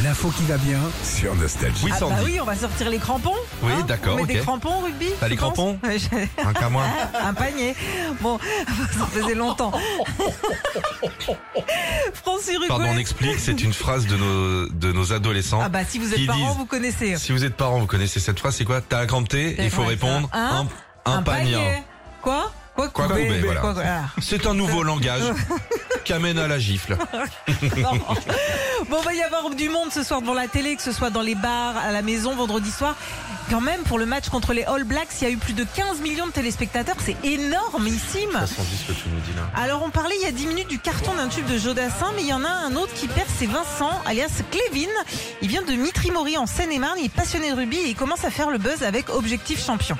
L'info qui va bien sur Nostalgie. Oui, Ah Sandy. bah oui, on va sortir les crampons. Oui, hein. d'accord, On met ok. des crampons au rugby. T'as les tu penses crampons Ouais, Un qu'à moi. Un panier. Bon, ça faisait longtemps. France-Uruguay. Pardon, on explique, c'est une phrase de nos adolescents. Ah bah si vous êtes qui parent, disent- vous connaissez. Si vous êtes parent, vous connaissez cette phrase, c'est quoi? T'as la crampetée, il faut Ouais, répondre ça. un panier. Quoi Quoi couper, voilà. voilà. C'est un nouveau langage qui amène à la gifle. Non. Bon, va y avoir du monde ce soir devant la télé, que ce soit dans les bars, à la maison, vendredi soir. Quand même, pour le match contre les All Blacks, il y a eu plus de 15 millions de téléspectateurs. C'est énormissime. 310 ce que tu nous dis là. Alors, on parlait il y a 10 minutes du carton d'un tube de Jodassin, mais il y en a un autre qui perce, c'est Vincent, alias Clévin. Il vient de Mitry-Mory en Seine-et-Marne. Il est passionné de rugby et il commence à faire le buzz avec Objectif Champion.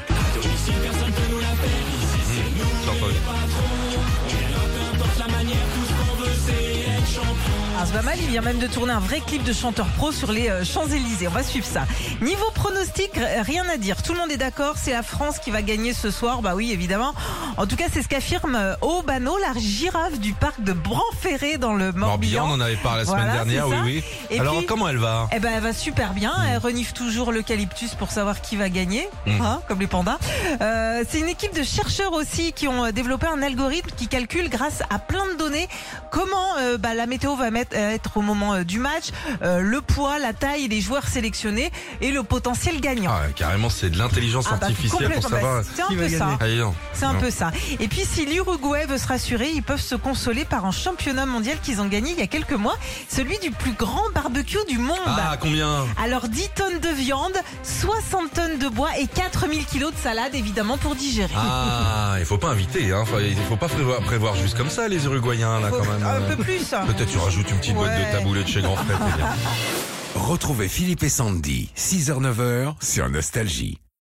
J'ai entendu. Ah, c'est pas mal, il vient même de tourner un vrai clip de chanteur pro sur les Champs-Élysées. On va suivre ça. Niveau pronostic, rien à dire. Tout le monde est d'accord, c'est la France qui va gagner ce soir. Bah oui, évidemment. En tout cas, c'est ce qu'affirme Obano, la girafe du parc de Bran-Ferré dans le Morbihan. On en avait parlé la semaine Voilà, dernière, c'est oui, ça. oui. Et Alors, puis- comment elle va? Eh ben, elle va super bien. Elle renifle toujours l'eucalyptus pour savoir qui va gagner, hein, comme les pandas. C'est une équipe de chercheurs aussi qui ont développé un algorithme qui calcule grâce à plein de données comment la météo va être au moment du match, le poids, la taille des joueurs sélectionnés et le potentiel gagnant. Ah, carrément, c'est de l'intelligence Ah bah, artificielle pour complètement. savoir. C'est un qui va peu ça. gagner. Allez, non. C'est un Non. peu ça. Et puis si l'Uruguay veut se rassurer, ils peuvent se consoler par un championnat mondial qu'ils ont gagné il y a quelques mois, celui du plus grand barbecue du monde. Ah, combien? Alors 10 tonnes de viande, 60 tonnes de bois et 4000 kilos de salade évidemment pour digérer. Ah, il faut pas inviter, hein. Il faut pas prévoir juste comme ça, les Uruguayens, là, Faut quand même. un peu plus. Peut-être tu rajoutes une petite boîte Ouais. de taboulé de chez Grand Frais, c'est bien. Retrouvez Philippe et Sandy, 6h-9h sur Nostalgie.